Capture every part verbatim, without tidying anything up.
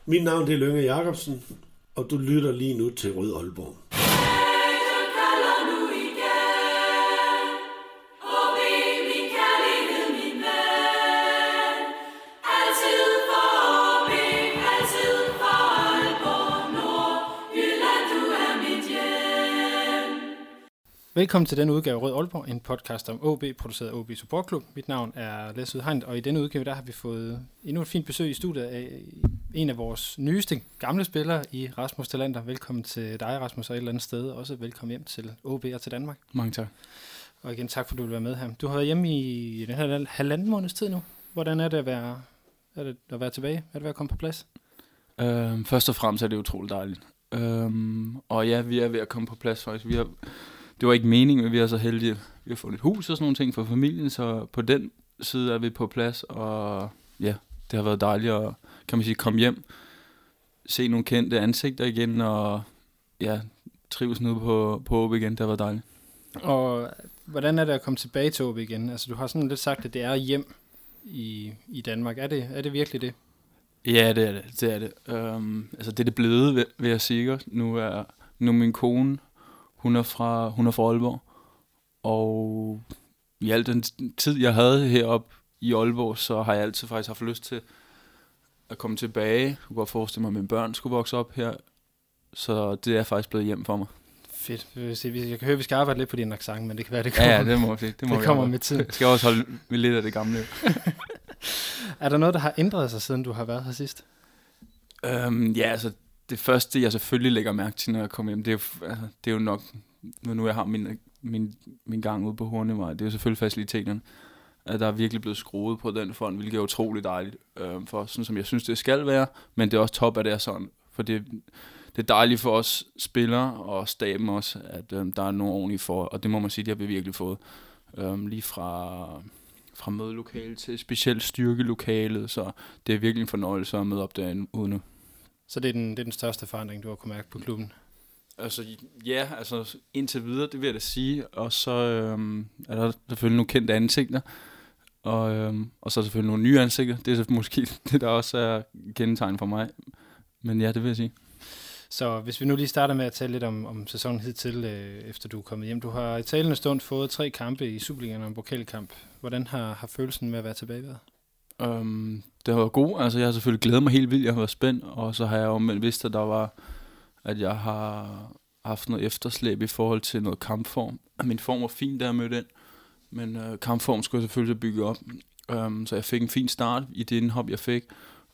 Mit navn det er Lynge Jacobsen, og du lytter lige nu til Rød Aalborg. Velkommen til denne udgave af Rød Aalborg, en podcast om O B, produceret af O B Support Club. Mit navn er Lasse Udhegnet, og i denne udgave der har vi fået endnu et fint besøg i studiet af en af vores nyeste gamle spillere i Rasmus Talander. Velkommen til dig, Rasmus, og et eller andet sted. Også velkommen hjem til O B og til Danmark. Mange tak. Og igen tak, for at du vil være med her. Du har været hjemme i den her halvanden måneds tid nu. Hvordan er det at være, er det at være tilbage? Er det ved at komme på plads? Øhm, først og fremmest er det utroligt dejligt. Øhm, og ja, vi er ved at komme på plads faktisk. Vi har... Det var ikke meningen, men vi er så heldige. Vi har fået et hus og sådan nogle ting for familien, så på den side er vi på plads, og ja, det har været dejligt at, kan man sige, komme hjem, se nogle kendte ansigter igen, og ja, trives nu på, på O B igen. Det har været dejligt. Og hvordan er det at komme tilbage til O B igen? Altså, du har sådan lidt sagt, at det er hjem i, i Danmark. Er det, er det virkelig det? Ja, det er det. Det er det. Um, altså, det er det blevet, vil, vil jeg sige. Nu er, nu er min kone... Hun er fra, hun er fra Aalborg, og i al den tid, jeg havde heroppe i Aalborg, så har jeg altid faktisk haft lyst til at komme tilbage. Jeg kunne godt forestille mig, at mine børn skulle vokse op her, så det er faktisk blevet hjem for mig. Fedt. Jeg kan høre, at vi skal arbejde lidt på din accent, men det kan være, det kommer, ja, ja, det må vi. Det, må det vi kommer med tiden. Jeg skal også holde lidt af det gamle. Er der noget, der har ændret sig, siden du har været her sidst? Um, ja, altså... Det første, jeg selvfølgelig lægger mærke til, når jeg kommer hjem, det er jo, altså, det er jo nok, når nu jeg har min, min, min gang ude på Hornevej, det er jo selvfølgelig faciliteterne, at der er virkelig blevet skruet på den fond, hvilket er utroligt dejligt, øh, for sådan som jeg synes, det skal være, men det er også top, at det er sådan, for det, det er dejligt for os spillere og staben også, at øh, der er nogle ordentlige for, og det må man sige, det har vi virkelig fået, øh, lige fra... fra mødelokalet til specielt styrkelokalet, så det er virkelig en fornøjelse at møde op derinde uden. Så det er, den, det er den største forandring, du har kunnet mærke på klubben? Altså ja, altså indtil videre, det vil jeg da sige. Og så øhm, er der selvfølgelig nogle kendte ansigter. Og, øhm, og så selvfølgelig nogle nye ansigter. Det er måske det, der også er kendetegn for mig. Men ja, det vil jeg sige. Så hvis vi nu lige starter med at tale lidt om, om sæsonen hidtil, øh, efter du er kommet hjem. Du har i talende stund fået tre kampe i Superligaen og en pokalkamp. Hvordan har, har følelsen med at være tilbage været? Um, det har været god. Altså, jeg har selvfølgelig glædet mig helt vildt. Jeg har været spændt, og så har jeg jo vidst, at der var, at jeg har haft noget efterslæb i forhold til noget kampform. Min form var fin, da jeg mødte ind, men uh, kampform skulle jeg selvfølgelig bygge op. Um, så jeg fik en fin start i det indhop, jeg fik,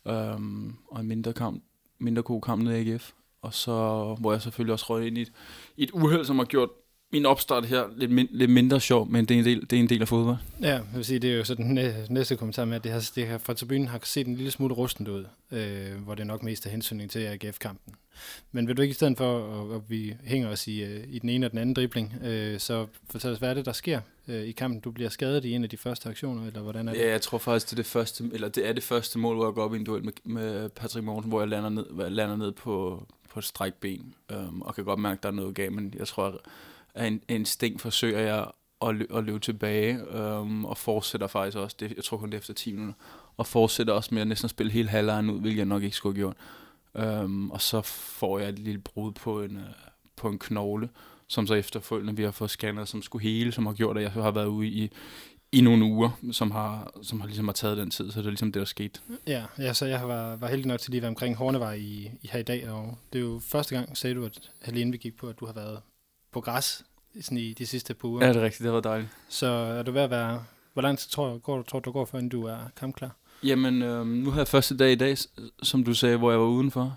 um, og en mindre kamp, mindre god kamp ned i A G F. Og så hvor jeg selvfølgelig også røg ind i et, i et uheld, som har gjort min opstart her lidt, min, lidt mindre sjov, men det er en del, det er en del af fodbold. Ja, jeg vil sige, det er jo så den næ- næste kommentar med, at det her, det her fra tribunen har set en lille smule rustent ud, øh, hvor det nok mest er hensynning til A G F-kampen. Men vil du ikke i stedet for, at, at vi hænger os i, uh, i den ene og den anden dribling, øh, så fortæl os, hvad er det, der sker øh, i kampen? Du bliver skadet i en af de første aktioner, eller hvordan er det? Ja, jeg tror faktisk, det er det første, eller det er det første mål, hvor jeg går op i en duel med, med Patrick Mortensen, hvor jeg lander ned, jeg lander ned på, på et strækben, øh, og kan godt mærke, at der er noget galt, men jeg tror, af en instinkt forsøger jeg at, lø- at løbe tilbage, øhm, og fortsætter faktisk også, det, jeg tror kun det efter ti minutter, og fortsætter også med at næsten spille hele halvlejen ud, hvilket jeg nok ikke skulle have gjort. Øhm, og så får jeg et lille brud på en, øh, på en knogle, som så efterfølgende vi har fået scannet, som skulle hele, som har gjort, at jeg har været ude i, i nogle uger, som har, som har ligesom har taget den tid, så det er ligesom det, der skete. Ja, ja, så jeg var, var heldig nok til lige at være omkring Hornevej i, i her i dag, og det er jo første gang, sagde du, at Helene vi gik på, at du har været på græs sådan i de sidste par uger. Ja, det er rigtigt, det var dejligt. Så er du ved at være, hvor lang tid tror, går, tror du går, før du er kampklar? Jamen, øhm, nu har jeg første dag i dag, som du sagde, hvor jeg var udenfor,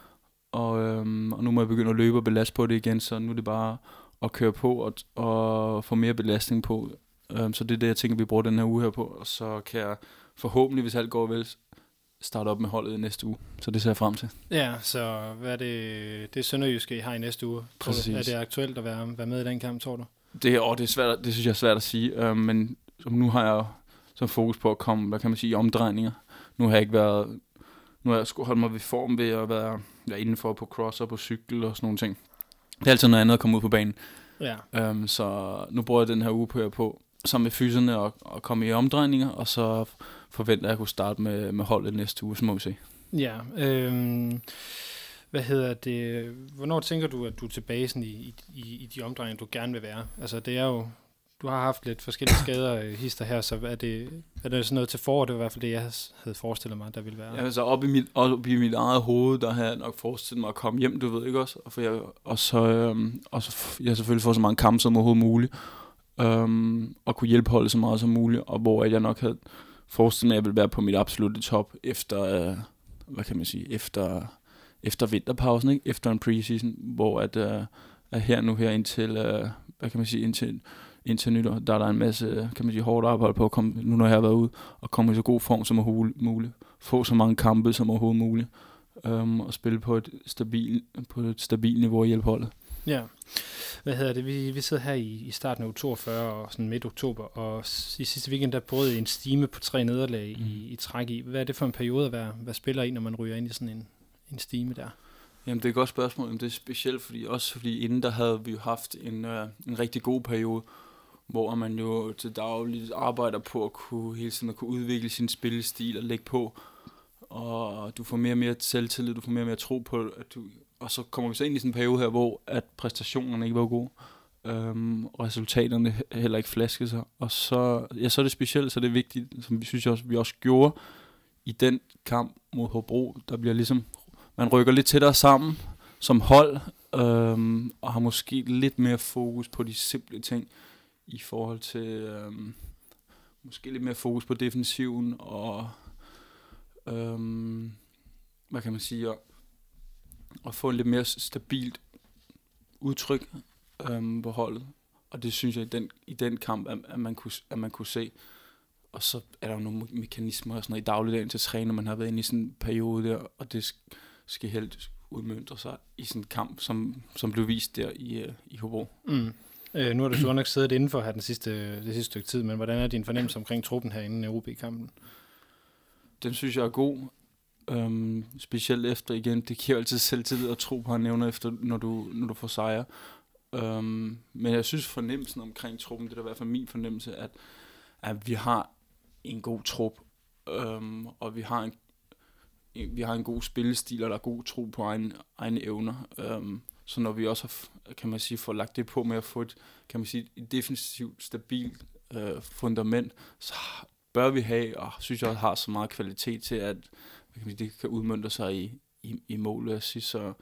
og, øhm, og nu må jeg begynde at løbe og belaste på det igen, så nu er det bare at køre på og, og få mere belastning på. Øhm, så det er det, jeg tænker, vi bruger den her uge her på, og så kan jeg forhåbentlig, hvis alt går vel, starte op med holdet i næste uge. Så det ser jeg frem til. Ja, så hvad er det, det er Sønderjyske, I har i næste uge? Præcis. Er det aktuelt at være, være med i den kamp, tror du? Det, åh, det, er svært, det synes jeg er svært at sige, øh, men som nu har jeg så fokus på at komme, hvad kan man sige, i omdrejninger. Nu har jeg ikke været, nu har jeg sgu holdt mig ved form ved at være, være indenfor på crosser, på cykel og sådan nogle ting. Det er altid noget andet at komme ud på banen. Ja. Um, så nu bruger jeg den her uge på, på sammen med fyserne og, og komme i omdrejninger, og så forventer jeg at kunne starte med, med holdet næste uge, så må vi se. Ja, øh, hvad hedder det? Hvornår tænker du, at du er tilbage sådan i, i, i de omdrejninger, du gerne vil være? Altså, det er jo, du har haft lidt forskellige skader hister her, så er det, er det sådan noget til forår? Det var i hvert fald det, jeg havde forestillet mig, der ville være. Ja, altså op i mit, op i mit eget hoved, der har jeg nok forestillet mig at komme hjem, du ved ikke også? Og, for jeg, og så, øhm, og så jeg selvfølgelig får så mange kampe som overhovedet muligt, øhm, og kunne hjælpe holdet så meget som muligt, og hvor jeg nok havde forestillet mig, at jeg ville være på mit absolutte top efter, øh, hvad kan man sige, efter, efter vinterpausen, ikke? Efter en preseason, hvor at, øh, at her nu her indtil, øh, hvad kan man sige, indtil indtil nytår, der er der en masse, kan man sige, hårdt arbejde på at komme, nu når jeg har været ude, og komme i så god form som overhovedet muligt. Få så mange kampe som overhovedet muligt. Um, og spille på et stabil, på et stabilt niveau i hjælpholdet. Ja. Hvad hedder det? Vi, vi sidder her i, i starten af uge toogfyrre og sådan midt oktober, og i sidste weekend der brød en stime på tre nederlag mm. i, i træk i. Hvad er det for en periode at være, være spiller i, når man ryger ind i sådan en, en stime der? Jamen det er et godt spørgsmål, men det er specielt, fordi også fordi inden der havde vi jo haft en, uh, en rigtig god periode, hvor man jo til dagligt arbejder på at kunne hele tiden at kunne udvikle sin spillestil og lægge på, og du får mere og mere selvtillid, du får mere og mere tro på, at du, og så kommer vi så ind i sådan en periode her, hvor at præstationerne ikke var gode, øhm, og resultaterne heller ikke flaskede sig, og så, ja, så er det specielt, så det er vigtigt, som vi synes også, vi også gjorde i den kamp mod Hobro, der bliver ligesom, man rykker lidt tættere sammen som hold, øhm, og har måske lidt mere fokus på de simple ting, i forhold til øhm, måske lidt mere fokus på defensiven og øhm, hvad kan man sige, at, at få en lidt mere stabilt udtryk øhm, på holdet, og det synes jeg i den, i den kamp at, at, man kunne, at man kunne se. Og så er der jo nogle mekanismer og sådan noget i dagligdagen til træne, man har været inde i sådan en periode der, og det skal helt udmøntre sig i sådan en kamp, som, som blev vist der i, uh, i Hobro. Mm. Øh, nu har du så nok siddet indenfor her den sidste, det sidste stykke tid, men hvordan er din fornemmelse omkring truppen herinde i O B-kampen? Den synes jeg er god. Øhm, specielt efter igen, det giver altid selvtillid at tro på, han nævner efter, når du, når du får sejre. Øhm, men jeg synes fornemmelsen omkring truppen, det er i hvert fald min fornemmelse, at, at vi har en god trup, øhm, og vi har en, en, vi har en god spillestil, og der er god tro på egne, egne evner. Øhm, så når vi også har, kan man sige, får lagt det på med at få et, kan man sige, et defensivt, stabilt øh, fundament, så bør vi have, og synes jeg har så meget kvalitet til, at kan man sige, det kan udmønte sig i, i, i målet. Jeg synes, så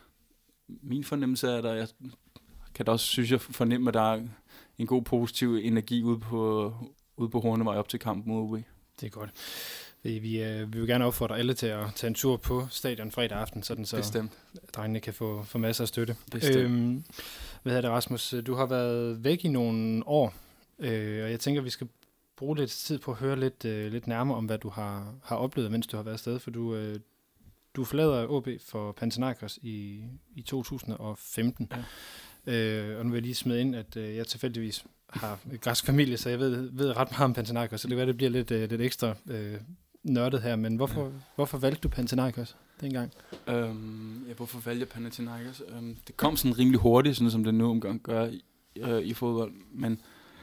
min fornemmelse er, at jeg kan da også, synes jeg, fornemme, at der er en god positiv energi ude på, ude på Hornevej op til kampen mod O B. Det er godt. Vi, vi, vi vil gerne opfordre alle til at tage en tur på stadion fredag aften, sådan så Bestemt. drengene kan få, få masser af støtte. Øhm, hvad hedder det, Rasmus? Du har været væk i nogle år, øh, og jeg tænker, vi skal bruge lidt tid på at høre lidt, øh, lidt nærmere om, hvad du har, har oplevet, mens du har været afsted, for du, øh, du forlader O B for Panathinaikos i, i to tusind og femten. Ja. Øh, og nu vil jeg lige smide ind, at øh, jeg tilfældigvis har en græsk familie, så jeg ved, ved ret meget om Panathinaikos, så det kan være, det bliver lidt, øh, lidt ekstra øh, nørdet her, men hvorfor, ja. hvorfor valgte du Panathinaikos dengang? Øhm, ja, hvorfor valgte jeg Panathinaikos? Øhm, det kom sådan rimelig hurtigt, sådan som det nu omgang gør i, øh, i fodbold, men,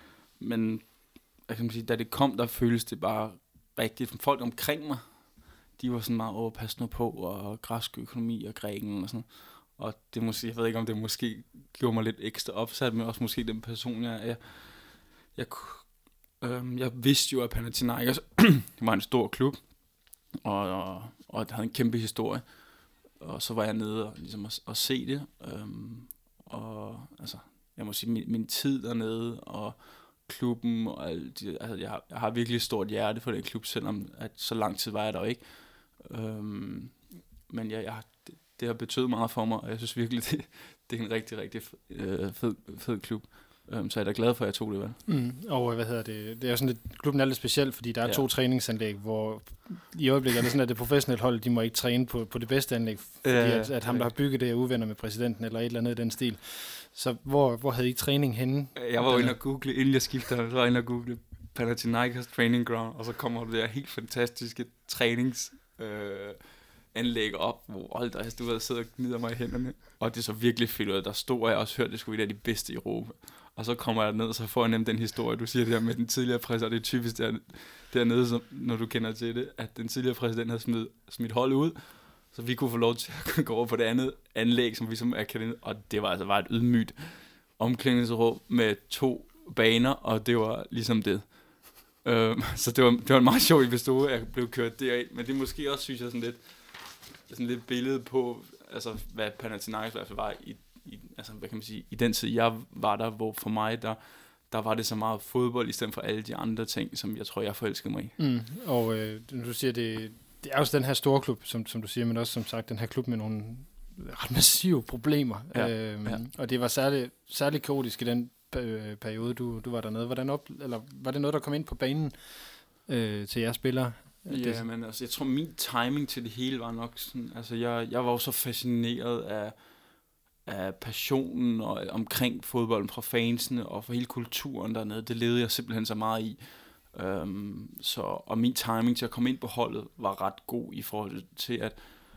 men jeg kan sige, da det kom, der føltes det bare rigtigt. Folk omkring mig, de var sådan meget overpassende på, og græsk økonomi og Græken og sådan. Og det måske, jeg ved ikke, om det måske gjorde mig lidt ekstra opsat, men også måske den person, jeg er. Jeg, jeg, øh, jeg vidste jo, at Panathinaikos var en stor klub, og, og, og det havde en kæmpe historie. Og så var jeg nede og, ligesom at, at se det. Øhm, og altså, jeg må sige, min, min tid dernede, og klubben, og alt, altså, jeg, har, jeg har virkelig et stort hjerte for den klub, selvom at så lang tid var jeg der ikke. Øhm, men jeg, jeg, det, det har betydet meget for mig, og jeg synes virkelig, det, det er en rigtig, rigtig øh, fed, fed klub. Um, så jeg er da glad for, at jeg tog det valg. Mm, og hvad hedder det? Det er jo sådan lidt, klubben er lidt speciel, fordi der er ja. to træningsanlæg, hvor i øjeblikket er det sådan, at det professionelle hold, de må ikke træne på, på det bedste anlæg, fordi ja, at, at ham, der har bygget det, er uvenner med præsidenten, eller et eller andet i den stil. Så hvor, hvor havde I træning henne? Jeg var jo inde og google, inden jeg skiftede, så var jeg inde og google Panathinaikos Training Ground, og så kommer det der helt fantastiske trænings... Øh, anlæg op, hvor hold der, du ved, sidder og gnider mig i hænderne. Og det er så virkelig fedt ud. Der stod, og jeg også hørte, det skulle være de bedste i Europa. Og så kommer jeg ned, og så får jeg nemt den historie, du siger det der med den tidligere præsident, og det er typisk der, dernede, som, når du kender til det, at den tidligere præsident havde smidt, smidt hold ud, så vi kunne få lov til at gå over på det andet anlæg, som vi som akademi, og det var altså bare et ydmygt omklædningsrum med to baner, og det var ligesom det. Øh, så det var, det var en meget sjov episode, jeg blev kørt derind, men det er måske også, synes jeg, sådan lidt, sådan lidt billede på, altså hvad Panathinaikos i hvert fald var i, i, altså hvad kan man sige, i den tid, jeg var der, hvor for mig, der, der var det så meget fodbold, i stedet for alle de andre ting, som jeg tror, jeg forelskede mig i. Mm, og øh, du siger, det, det er også den her store klub, som, som du siger, men også som sagt, den her klub med nogle ret massive problemer. Ja, øhm, ja. Og det var særligt, særligt kaotisk i den øh, periode, du, du var dernede. Hvordan op, eller var det noget, der kom ind på banen øh, til jeres spillere? Ja, det, men altså, jeg tror, min timing til det hele var nok sådan, altså jeg, jeg var jo så fascineret af, af passionen og omkring fodbolden fra fansene og for hele kulturen dernede. Det levede jeg simpelthen så meget i. Um, så, og min timing til at komme ind på holdet var ret god i forhold til, at,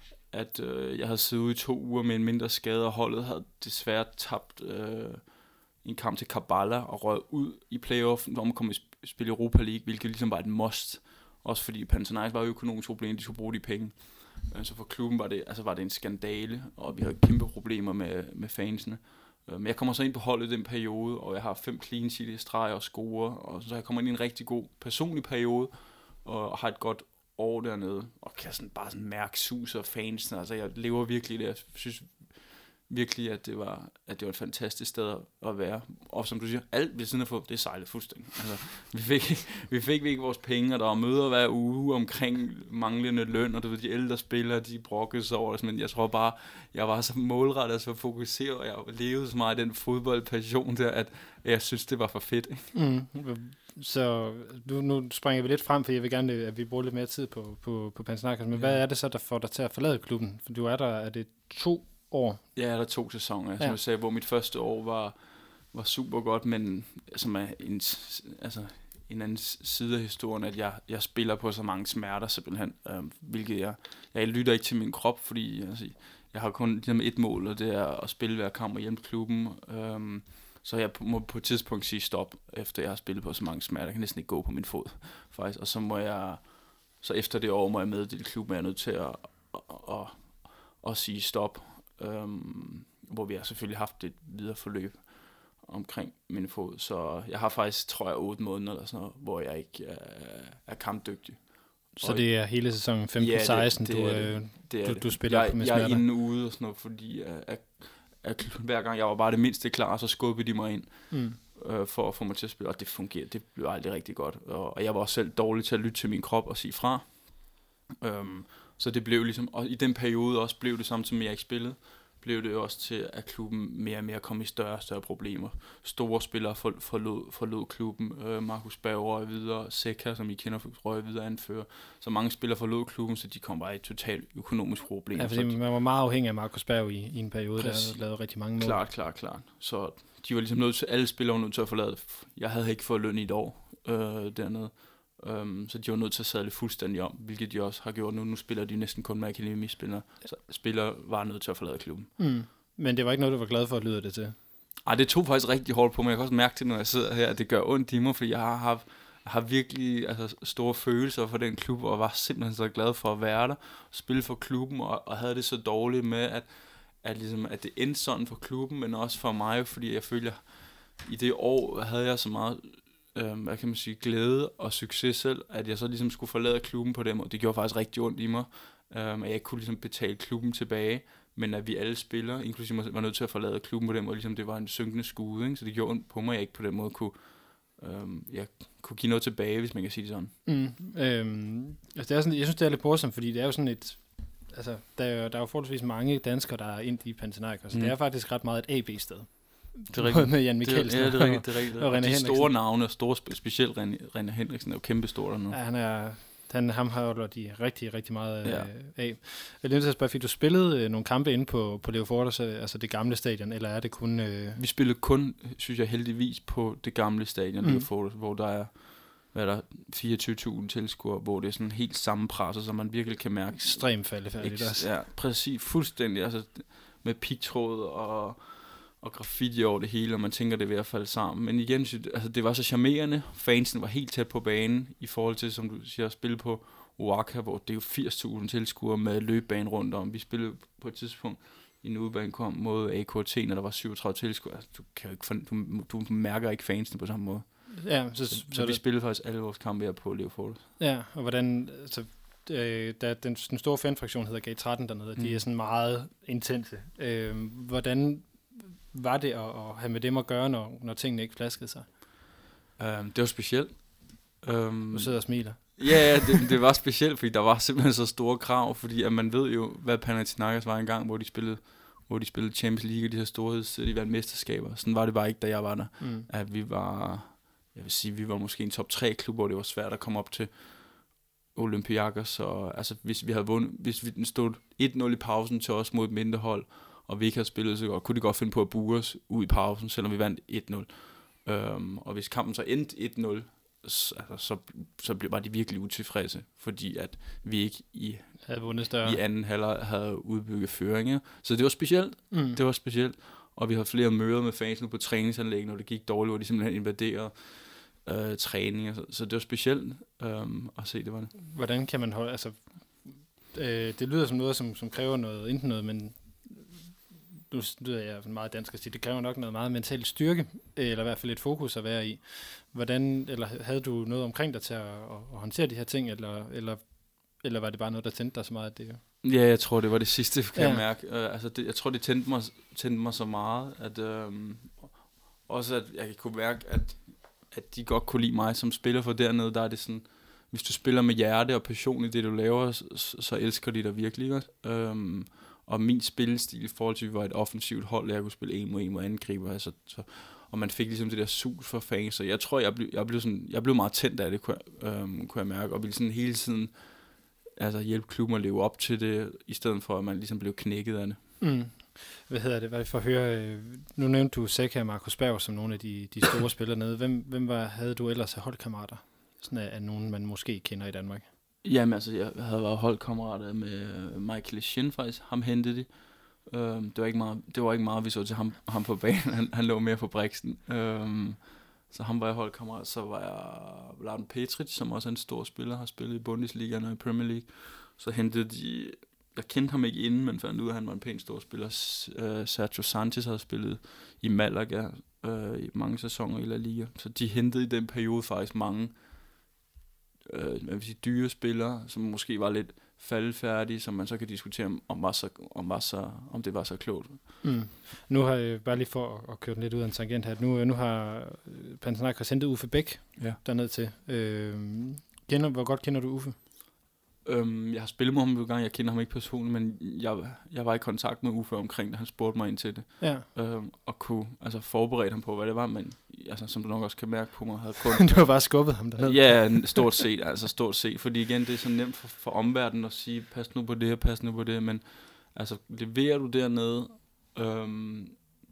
at øh, jeg havde siddet ude i to uger med en mindre skade, og holdet havde desværre tabt øh, en kamp til Kabbalah og røget ud i playoff, hvor man kom i sp- spille Europa League, hvilket ligesom var et must. Også fordi Panathinaikos var jo økonomisk problem, de skulle bruge de penge. Så for klubben var det, altså var det en skandale, og vi havde kæmpe problemer med, med fansene. Men jeg kommer så ind på holdet i den periode, og jeg har fem clean sheet i streg og scorer, og så jeg kommer ind i en rigtig god personlig periode, og har et godt år dernede, og kan sådan bare sådan mærke sus og fansene. Altså jeg lever virkelig det. Jeg synes virkelig, at det var, at det var et fantastisk sted at være. Og som du siger, alt ved siden af fodbold, det sejlede fuldstændig. Altså, vi fik, vi fik ikke vores penge, og der var møder hver uge omkring manglende løn, og du ved, de ældre spillere, de brokkede sig over det, men jeg tror bare, jeg var så målrettet og så fokuseret, og jeg levede så meget i den fodboldpassion der, at jeg synes, det var for fedt. Ikke? Mm. Så nu, nu springer vi lidt frem, for jeg vil gerne, at vi bruger lidt mere tid på, på, på Panathinaikos, men ja. Hvad er det så, der får dig til at forlade klubben? For du er der, er det to år? Ja, der er to sæsoner, som ja. jeg sagde, hvor mit første år var, var super godt, men som er en, altså, en anden side af historien, at jeg, jeg spiller på så mange smerter simpelthen, øh, hvilket jeg, jeg lytter ikke til min krop, fordi altså, jeg har kun ligesom et mål, og det er at spille hver kamp og hjælpe klubben, øh, så jeg må på et tidspunkt sige stop, efter jeg har spillet på så mange smerter. Jeg kan næsten ikke gå på min fod, faktisk, og så må jeg, så efter det år må jeg meddele klubben, er jeg nødt til at, at, at, at, at sige stop. Um, hvor vi har selvfølgelig haft et videre forløb omkring min fod, så jeg har faktisk, tror jeg, otte måneder eller sådan noget, hvor jeg ikke er, er kampdygtig. Så og det er hele sæsonen femten seksten, ja, du, det, det du, du spiller jeg, på med jeg smerter? Jeg er inde ude og sådan noget, fordi at, at, at hver gang jeg var bare det mindste klar, så skubbede de mig ind mm. øh, for at få mig til at spille, og det fungerede, det blev aldrig rigtig godt, og, og jeg var også selv dårlig til at lytte til min krop og sige fra. Um, så det blev ligesom, og i den periode også blev det samt som jeg ikke spillede, blev det også til, at klubben mere og mere kom i større og større problemer. Store spillere for, forlod, forlod klubben. Øh, Markus Berg røg videre. Seca, som I kender, røg videre anfører. Så mange spillere forlod klubben, så de kom bare i et totalt økonomisk problem. Ja, fordi man var meget afhængig af Markus Berg i, i en periode, præcis. Der havde lavet rigtig mange mål. Klart, klart, klart. Så de var ligesom nødt til, alle spillere var nødt til at forlade. Jeg havde ikke fået løn i et år øh, dernede. Um, så de var nødt til at sadle fuldstændig om, hvilket de også har gjort nu. Nu spiller de næsten kun med akademispillere. Så spillere var nødt til at forlade klubben. Mm. Men det var ikke noget, du var glad for at lyde det til? Ej, det tog faktisk rigtig hårdt på mig. Jeg kan også mærke til, når jeg sidder her, at det gør ondt i mig, fordi jeg har haft har virkelig altså, store følelser for den klub, og var simpelthen så glad for at være der, spille for klubben, og, og havde det så dårligt med, at, at, ligesom, at det endte sådan for klubben, men også for mig, fordi jeg følte, at i det år havde jeg så meget øh, hvad kan man sige, glæde og succes selv, at jeg så ligesom skulle forlade klubben på den måde. Det gjorde faktisk rigtig ondt i mig, øh, at jeg ikke kunne ligesom betale klubben tilbage, men at vi alle spillere, inklusive mig selv, var nødt til at forlade klubben på den måde, ligesom det var en synkende skude, ikke? Så det gjorde ondt på mig, at jeg ikke på den måde kunne, øh, jeg kunne give noget tilbage, hvis man kan sige det sådan. Mm, øhm, altså det er sådan, jeg synes, det er lidt morsomt, fordi det er jo sådan et, altså der er jo, der er jo forholdsvis mange danskere, der er ind i Panathinaikos, så mm. det er faktisk ret meget et A B-sted. Det er rigtigt. Med Jan Mikkelsen. Ja, det er rigtigt. Det er rigtigt. Og, og, og de store navne, store, specielt René, René Henriksen, er jo kæmpe store nu. Ja, han er, han, ham har de rigtig, rigtig meget ja. af. Jeg vil nødt til at spørge, fik du spillet øh, nogle kampe inde på, på Leo Fortes, altså det gamle stadion, eller er det kun... Øh... Vi spillede kun, synes jeg heldigvis, på det gamle stadion, mm. Leo Fortes, hvor der er, hvad er der, fireogtyve tusind tilskuere, hvor det er sådan helt sammenpresset, så man virkelig kan mærke... Ekstremt faldefærdigt også. Ja, præcis, fuldstændig, altså med pigtråd og... og graffiti over det hele, og man tænker, det er ved at falde sammen. Men igen, altså, det var så charmerende. Fansen var helt tæt på banen, i forhold til, som du siger, at spille på Oaxaca, hvor det er jo firs tusind tilskuere med løbebane rundt om. Vi spillede på et tidspunkt i en udebane kom mod A K T, når der var syvogtredive tilskuere. Altså, du, kan jo ikke, du, du mærker ikke fansene på samme måde. Ja, så, så, så, så vi det... spillede faktisk alle vores kampe her på Leo Forte. Ja, og hvordan... Altså Øh, der, den, den store fanfraktion hedder G tretten dernede, mm. de er sådan meget intense. Øh, hvordan var det at, at have med dem at gøre, når, når tingene ikke flaskede sig? Um, det var specielt. Um, du sidder og smiler. Ja, det, det var specielt, fordi der var simpelthen så store krav, fordi at man ved jo, hvad Panathinaikos var engang, hvor de spillede hvor de spillede Champions League og de her storheds, de vandt mesterskaber. Sådan var det bare ikke, da jeg var der. Mm. At vi var, jeg vil sige, vi var måske en top tre klub, hvor det var svært at komme op til Olympiakos, og altså hvis vi havde vundet, hvis vi stod et nul i pausen til os mod et mindre hold, og vi ikke havde spillet så godt, kunne de godt finde på at buge os ud i pausen, selvom vi vandt et nul. Um, og hvis kampen så endte et nul, så, altså, så, så blev bare de virkelig utilfredse, fordi at vi ikke i, havde vundet større. I anden halvleg havde udbygget føringer. Så det var specielt. Mm. Det var specielt. Og vi havde flere møder med fansene på træningsanlæg, når det gik dårligt, hvor de simpelthen invaderede Øh, træning, så, så det var specielt øhm, at se, det var det. Hvordan kan man holde, altså, øh, det lyder som noget, som, som kræver noget, enten noget, men nu lyder jeg meget dansk at sige, det kræver nok noget meget mental styrke, eller i hvert fald et fokus at være i. Hvordan, eller havde du noget omkring dig til at, at, at håndtere de her ting, eller, eller, eller var det bare noget, der tændte dig så meget? At det ja, jeg tror, det var det sidste, kan ja. jeg mærke. Uh, altså det, jeg tror, det tændte mig, tændte mig så meget, at øhm, også at jeg kunne mærke, at at de godt kunne lide mig som spiller, for dernede, der er det sådan, hvis du spiller med hjerte og passion i det, du laver, så, så elsker de dig virkelig godt. Um, og min spillestil i forhold til, at vi var et offensivt hold, og jeg kunne spille en mod en mod angriber, altså, så, og man fik ligesom det der sus for fans, så jeg tror, jeg blev, jeg blev, sådan, jeg blev meget tændt af det, kunne jeg, um, kunne jeg mærke, og ville sådan hele tiden altså, hjælpe klubben at leve op til det, i stedet for, at man ligesom blev knækket af det. Mm. Hvad hedder det? Hvad er det for at høre? Nu nævnte du Sækker og Markus Berg som nogle af de, de store spillere nede. Hvem, hvem var, havde du ellers af holdkammerater? Sådan af, af nogen, man måske kender i Danmark. Jamen altså, jeg havde været holdkammerater med Michael Shin faktisk. Ham hentede de. Um, det, var ikke meget, det var ikke meget, vi så til ham, ham på banen. Han, han lå mere på briksen. Um, så ham var jeg holdkammerat. Så var jeg Vladan Petric, som også er en stor spiller, har spillet i Bundesliga og i Premier League. Så hentede de... Jeg kendte ham ikke inden, men fandt ud af, at han var en pæn stor spiller. Uh, Sergio Sanchez havde spillet i Malaga uh, i mange sæsoner i La Liga. Så de hentede i den periode faktisk mange uh, jeg vil sige, dyre spillere, som måske var lidt faldfærdige, som man så kan diskutere, om, om, var så, om, var så, om det var så klogt. Mm. Nu har jeg bare lige for at, at køre den lidt ud af en tangent her. Nu, nu har Panathinaikos hentet Uffe Bæk ja. derned til. Øh, kender, hvor godt kender du Uffe? Um, jeg har spillet med ham en gang, jeg kender ham ikke personligt, men jeg, jeg var i kontakt med Uffe omkring det, han spurgte mig ind til det, ja. um, og kunne altså, forberede ham på, hvad det var, men altså, som du nok også kan mærke på mig, havde kun... Du har bare skubbet ham derned. Ja, stort set, altså stort set, fordi igen, det er så nemt for, for omverdenen at sige, pas nu på det her, pas nu på det, men altså, leverer du dernede, um,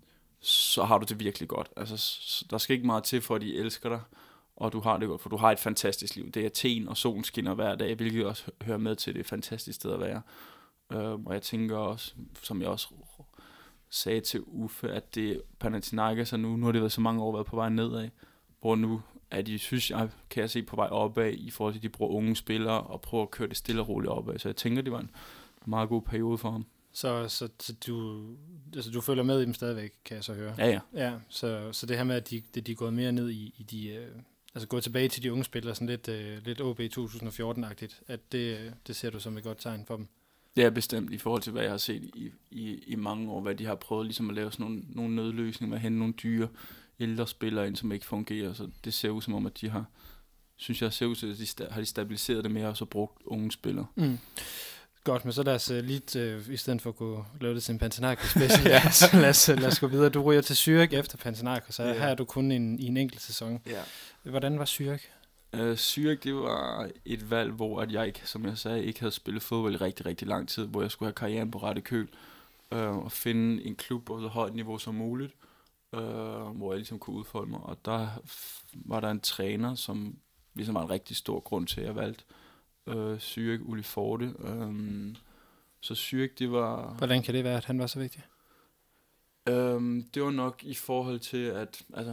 så har du det virkelig godt, altså, der skal ikke meget til, for at de elsker dig, og du har det godt, for du har et fantastisk liv. Det er Athen, og solen skinner hver dag, hvilket også hører med til, det er et fantastisk sted at være. Uh, og jeg tænker også, som jeg også sagde til Uffe, at det Panathinaikos nu, nu har det været så mange år været på vej nedad, hvor nu er de, synes jeg, kan jeg se på vej opad, i forhold til, at de bruger unge spillere, og prøver at køre det stille og roligt opad. Så jeg tænker, det var en meget god periode for ham. Så, så, så du, altså, du følger med i dem stadigvæk, kan jeg så høre? Ja, ja. ja så, så det her med, at de, de er gået mere ned i, i de... Øh Altså gå tilbage til de unge spillere, sådan lidt, øh, lidt O B to tusind fjorten-agtigt, at det, det ser du som et godt tegn for dem? Det er bestemt i forhold til, hvad jeg har set i, i, i mange år, hvad de har prøvet ligesom at lave sådan nogle, nogle nødløsninger med at hente nogle dyre ældre spillere ind, som ikke fungerer. Så det ser ud som om, at de har, synes jeg, ser ud til, at de sta- har de stabiliseret det mere og så brugt unge spillere. Mm. Godt, men så lad os uh, lige, uh, i stedet for at gå lave det til en Panathinaikos special, ja. så lad os, lad os gå videre. Du ryger til Zürich efter Panathinaikos, så yeah. her er du kun en, i en enkelt sæson. Yeah. Hvordan var Zürich? Uh, Zürich, det var et valg, hvor at jeg ikke, som jeg sagde, ikke havde spillet fodbold i rigtig, rigtig lang tid, hvor jeg skulle have karrieren på rette køl, uh, og finde en klub på så højt niveau som muligt, uh, hvor jeg ligesom kunne udfolde mig. Og der var der en træner, som ligesom var en rigtig stor grund til, at jeg valgte Uh, Zürich, Uli Forte. Um, så Zürich, det var... Hvordan kan det være, at han var så vigtig? Øhm, det var nok i forhold til, at, altså,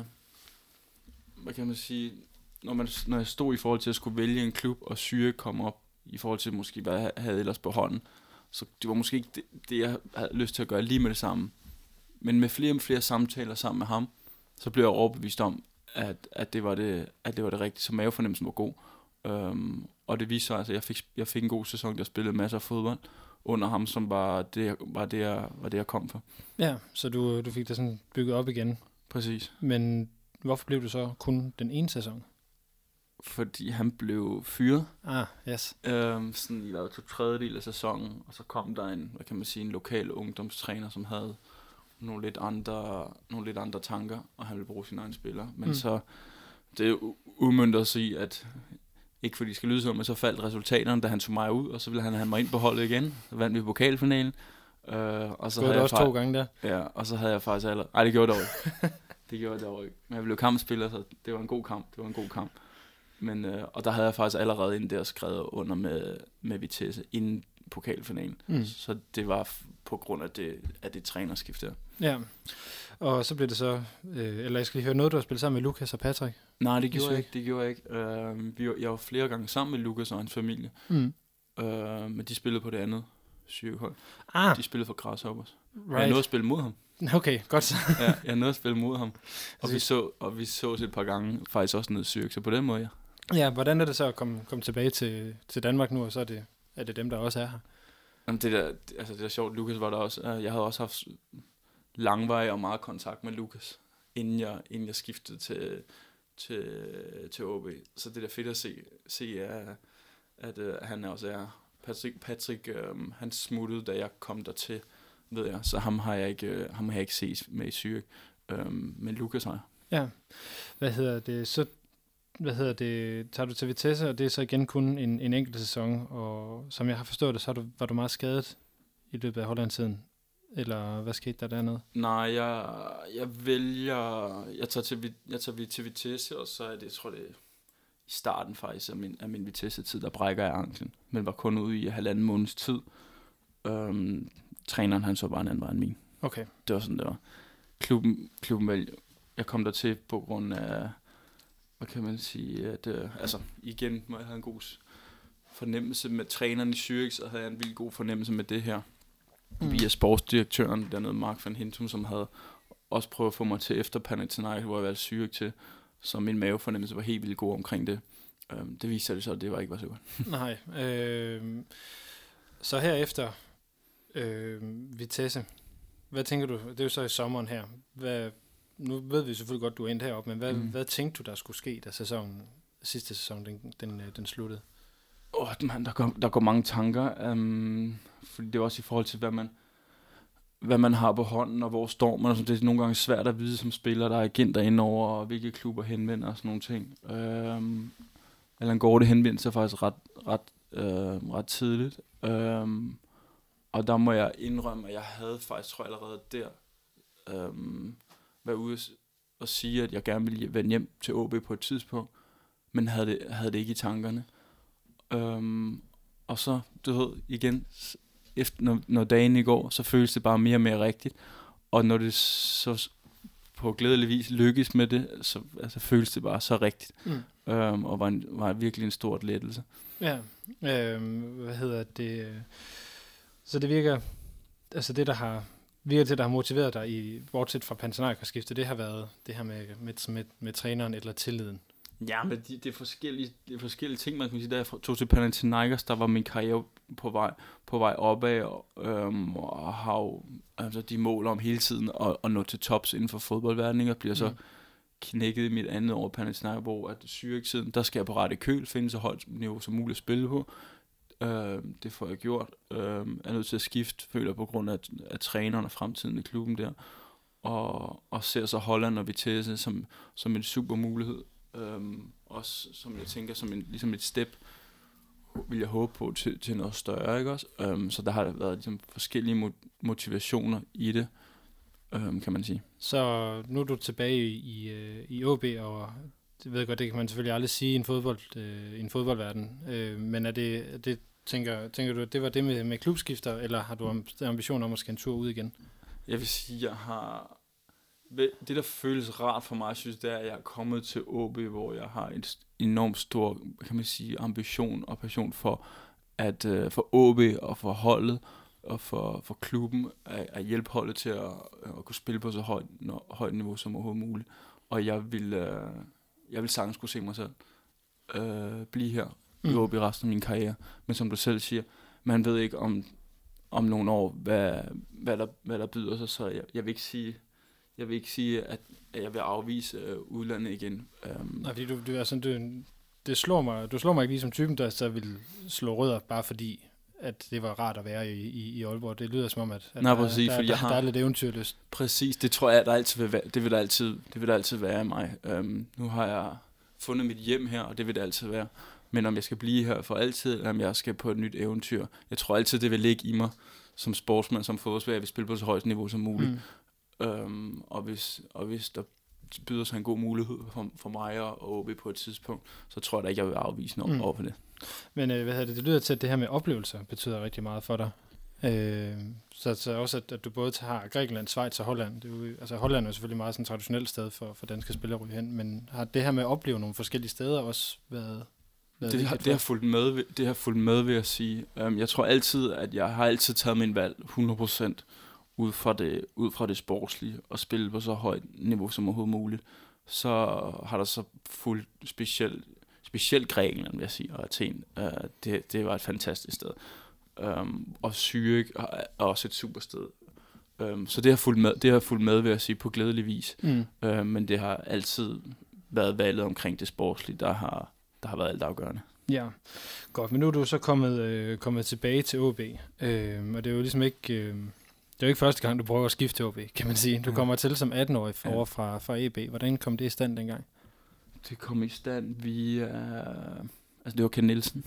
hvad kan man sige, når, man, når jeg stod i forhold til at skulle vælge en klub, og Zürich kom op, i forhold til måske, hvad jeg havde ellers på hånden, så det var måske ikke det, det, jeg havde lyst til at gøre lige med det samme. Men med flere og flere samtaler sammen med ham, så blev jeg overbevist om, at, at, det, var det, at det var det rigtige, så mavefornemmelsen var god. Øhm, og det viste sig, at altså, jeg, fik, jeg fik en god sæson, jeg spillede masser af fodbold under ham, som var det, var det, jeg, var det, jeg kom for. Ja, så du, du fik det sådan bygget op igen. Præcis. Men hvorfor blev du så kun den ene sæson? Fordi han blev fyret. Ah, yes. Øhm, sådan i to tredjedel af sæsonen, og så kom der en, hvad kan man sige, en lokal ungdomstræner, som havde nogle lidt andre, nogle lidt andre tanker, og han ville bruge sine egne spillere. Men mm. så, det udmønter sig i, at ikke fordi det skal lyde som, men så faldt resultaterne, da han tog mig ud, og så ville han have mig ind på holdet igen. Så vandt vi pokalfinalen. Øh, og så gjorde havde det også jeg to gange der? Ja, og så havde jeg faktisk allerede... Ej, det gjorde det ikke. det gjorde det ikke. Men jeg blev kampspiller, så det var en god kamp. Det var en god kamp. Men, øh, og der havde jeg faktisk allerede inden der skrevet under med, med Vitesse, inden pokalfinalen. Mm. Så det var f- på grund af det, af det trænerskift der. Ja, og så blev det så... Øh, eller jeg skal lige høre noget, du har spillet sammen med Lukas og Patrick. Nej, det gjorde jeg ikke. Det gjorde jeg ikke. Uh, vi var, jeg var flere gange sammen med Lukas og hans familie. Mm. Uh, men de spillede på det andet sygehold. Ah. De spillede for Grasshoppers. Right. Jeg nåede at spille mod ham. Okay, godt så. ja, jeg nåede at spille mod ham. Og vi så og vi så et par gange faktisk også ned i Zürich, så på den måde, ja. Ja, hvordan er det så at komme, komme tilbage til, til Danmark nu, og så er det, er det dem, der også er her? Jamen det der, altså det der sjovt, Lukas var der også. Jeg havde også haft langvej og meget kontakt med Lukas, inden jeg, inden jeg skiftede til, til, til O B. Så det er fedt at se, se er, at uh, han også er. Patrick, Patrick um, han smuttede, da jeg kom der til, ved jeg. Så ham har jeg ikke, uh, ham har jeg ikke set med i Zürich. Um, men Lukas har jeg. Ja, hvad hedder det? Så hvad hedder det, tager du til Vitesse, og det er så igen kun en, en enkelt sæson, og som jeg har forstået det, så du, var du meget skadet i løbet af Holland-tiden, eller hvad skete der dernede? Nej, jeg, jeg vælger, jeg tager, til, jeg tager til Vitesse, og så er det, jeg tror det er i starten faktisk af min, af min Vitesse-tid, der brækker jeg anklen, men var kun ude i halvanden måneds tid. Øhm, træneren, han så bare en anden vej end min. Okay. Det var sådan, det var. Klubben, klubben vælger, jeg kom der til på grund af, hvad kan man sige, at øh, altså igen må jeg have en god fornemmelse med træneren i Zürich, så havde jeg en vildt god fornemmelse med det her. Mm. Via sportsdirektøren dernede, Mark van Hintum, som havde også prøvet at få mig til efter Panathinaikos, hvor jeg valgte Zürich til, så min mavefornemmelse var helt vildt god omkring det. Um, det viste sig så, at det var ikke var så godt. Nej. Øh, så herefter øh, Vitesse, hvad tænker du, det er jo så i sommeren her, hvad, nu ved vi selvfølgelig godt, du er endt heroppe, men hvad, mm. hvad tænkte du, der skulle ske, da sæsonen, sidste sæson, den, den, den sluttede? Åh, oh, man, der går, der går mange tanker, um, fordi det er også i forhold til, hvad man, hvad man har på hånden, og hvor står man, og det er nogle gange svært at vide som spiller, der er agenter indover, og hvilke klubber henvender, og sådan nogle ting. Um, Allan Gorte henvendte sig faktisk ret, ret, uh, ret tidligt, um, og der må jeg indrømme, at jeg havde faktisk, tror jeg allerede der, um, været ude og sige, at jeg gerne ville vende hjem til O B på et tidspunkt, men havde det, havde det ikke i tankerne. Um, og så, du ved, igen, efter, når, når dagen i går, så føles det bare mere og mere rigtigt. Og når det så på glædelig vis lykkes med det, så altså, føles det bare så rigtigt. Mm. Um, og var, en, var virkelig en stor lettelse. Ja, øh, hvad hedder det? Så det virker, altså det, der har virker til, der har motiveret dig, i, bortset fra Panathinaikos-skiftet, det har været det her med, med, med, med træneren eller tilliden. Ja, men det, det, er forskellige, det er forskellige ting, man kan sige. Da jeg tog til Panathinaikos, der var min karriere på vej, på vej opad, og, øhm, og har jo altså, de måler om hele tiden at, at nå til tops inden for fodboldverdenen, og bliver så mm. knækket i mit andet år Panathinaikos, hvor at Zürich-tiden, der skal jeg på rette køl, finde så højt niveau som muligt at spille på. Øhm, det får jeg gjort. Øhm, jeg er nødt til at skifte, føler på grund af, af træneren og fremtiden i klubben der, og, og ser så Holland og Vitesse som, som en super mulighed. Um, også som jeg tænker som en, ligesom et step vil jeg håbe på til, til noget større, ikke også? Um, så der har været ligesom forskellige motivationer i det, um, kan man sige. Så nu er du tilbage i, i, i O B, og det ved jeg godt, det kan man selvfølgelig aldrig sige i en, fodbold, øh, i en fodboldverden, øh, men er det, det tænker, tænker du, at det var det med, med klubskifter, eller har du ambitioner om at skal en tur ud igen? Jeg vil sige, jeg har... Det, der føles rart for mig, synes det er, at jeg er kommet til O B, hvor jeg har en enormt stor, kan man sige, ambition og passion for, at uh, for O B og for holdet og for, for klubben at, at hjælpe holdet til at, at kunne spille på så højt, no, højt niveau som overhovedet muligt. Og jeg vil, uh, jeg vil sagtens kunne se mig selv uh, blive her mm. i O B resten af min karriere. Men som du selv siger, man ved ikke om, om nogle år, hvad, hvad, der, hvad der byder sig, så jeg, jeg vil ikke sige... Jeg vil ikke sige, at jeg vil afvise øh, udlandet igen. Um, Nej, fordi du, du, altså, du, det slår mig, du slår mig ikke lige som typen, der så vil slå rødder, bare fordi, at det var rart at være i, i, i Aalborg. Det lyder som om, at, at Nej, der, præcis, der, fordi der, jeg har, der er lidt eventyrlyst. Præcis, det tror jeg, der altid vil være, det vil der altid, det vil der altid være i mig. Um, nu har jeg fundet mit hjem her, og det vil det altid være. Men om jeg skal blive her for altid, eller om jeg skal på et nyt eventyr, jeg tror altid, det vil ligge i mig som sportsmand, som fodboldspiller, jeg vil spille på så højt niveau som muligt. Mm. Um, og, hvis, og hvis der byder sig en god mulighed for, for mig og O B på et tidspunkt, så tror jeg da ikke, jeg vil afvise noget mm. over for det. Men øh, hvad hedder det? Det lyder til, at det her med oplevelser betyder rigtig meget for dig. Øh, så, så også, at, at du både har Grækenland, Schweiz og Holland. Det er jo, altså Holland er jo selvfølgelig meget sådan et traditionelt sted for, for danske spillere at ryge hen, men har det her med at opleve nogle forskellige steder også været... været det, har, det, har fulgt med, det har fulgt med, vil jeg sige. Um, jeg tror altid, at jeg har altid taget min valg hundrede procent ud fra det, ud fra det sportslige, og spille på så højt niveau som overhovedet muligt. Så har der så fulgt specielt, specielt Grækenland, vil jeg sige, og Athen. Uh, det, det var et fantastisk sted. Um, og Zürich er også et super sted. Um, så det har fulgt med, det har fulgt med, vil jeg sige, på glædelig vis. Mm. Uh, men det har altid været valget omkring det sportslige, der har, der har været alt afgørende. Ja, godt. Men nu er du så kommet, øh, kommet tilbage til O B. Øh, og det er jo ligesom ikke... Øh, det er jo ikke første gang, du prøver at skifte til O B, kan man sige. Du kommer til som atten-årig for, over fra, fra E B. Hvordan kom det i stand dengang? Det kom i stand via... Altså, det var Ken Nielsen.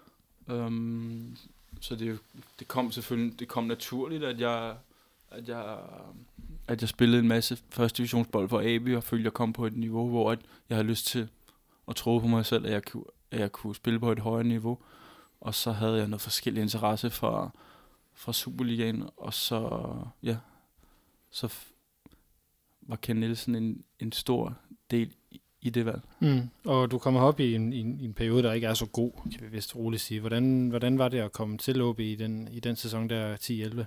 Um, så det, det kom selvfølgelig... Det kom naturligt, at jeg... At jeg, at jeg spillede en masse første divisionsbold for A B, og følte, jeg kom på et niveau, hvor jeg havde lyst til at tro på mig selv, at jeg, kunne, at jeg kunne spille på et højere niveau. Og så havde jeg noget forskellig interesse for... fra Superligaen, og så, ja, så f- var Ken Nielsen en, en stor del i, i det valg. Mm. Og du kommer op i en, i, en, i en periode, der ikke er så god, kan vi vist roligt sige. Hvordan, hvordan var det at komme til O B i den, i den sæson der ti elleve?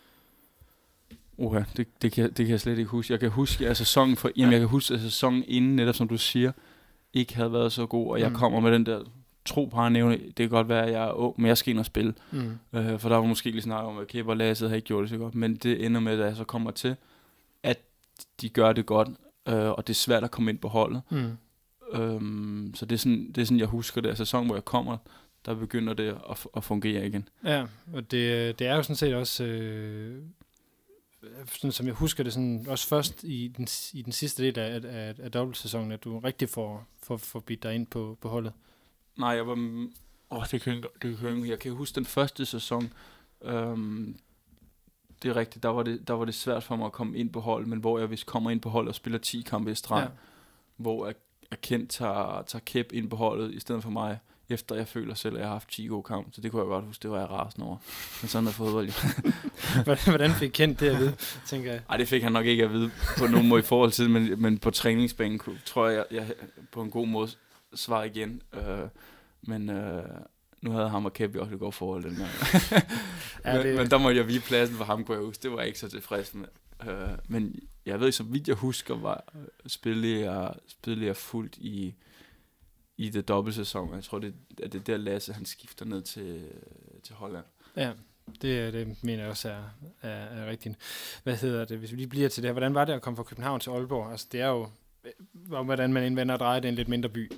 Oha, det, det, kan, det kan jeg slet ikke huske. Jeg kan huske, at sæsonen, for, jamen, jeg kan huske, at sæsonen inden, netop som du siger, ikke havde været så god, og jeg mm. kommer med den der tro på at nævne, det kan godt være, at jeg er ung, men jeg skal ind og spille. Mm. Øh, for der var måske lige snak om, at Kæber og Lasse havde ikke gjort det så godt, men det ender med, at jeg så kommer til, at de gør det godt, øh, og det er svært at komme ind på holdet. Mm. Øhm, så det er, sådan, det er sådan, jeg husker det. Altså sæson, hvor jeg kommer, der begynder det at, at fungere igen. Ja, og det, det er jo sådan set også, øh, sådan, som jeg husker det, sådan, også først i den, i den sidste del af, af, af dobbeltsæsonen, at du rigtig får, får, får bidt dig ind på, på holdet. Nej, jeg var... Åh, oh, det kan, det kan jeg kan huske den første sæson. Øhm, det er rigtigt, der var det, der var det svært for mig at komme ind på hold, men hvor jeg hvis kommer ind på hold og spiller ti kampe i streg, ja. Hvor jeg, jeg kendt tager, tager kæp ind på holdet i stedet for mig, efter jeg føler selv, at jeg har haft ti gode kampe. Så det kunne jeg godt huske, det var jeg rasende over. Men sådan er fodbold jo. Hvordan fik kendt det at vide, tænker jeg? Ej, det fik han nok ikke at vide på nogen måde i forhold til, men, men på træningsbanen tror jeg, jeg, jeg på en god måde svarer igen. Øh, men øh, nu havde ham og Kæp også et godt forhold den gang. ja, men, men der måtte jeg vige pladsen for ham, kunne jeg huske. Det var jeg ikke så tilfreds med. Øh, men jeg ved, så vidt jeg husker, var spillede jeg, spillede jeg fuldt i, i det dobbeltsæson. Jeg tror, det er det der Lasse, han skifter ned til, til Holland. Ja, det, det mener jeg også er, er, er rigtigt. Hvad hedder det, hvis vi lige bliver til det her. Hvordan var det at komme fra København til Aalborg? Altså, det er jo, hvordan man indvender og drejer, det er en lidt mindre by.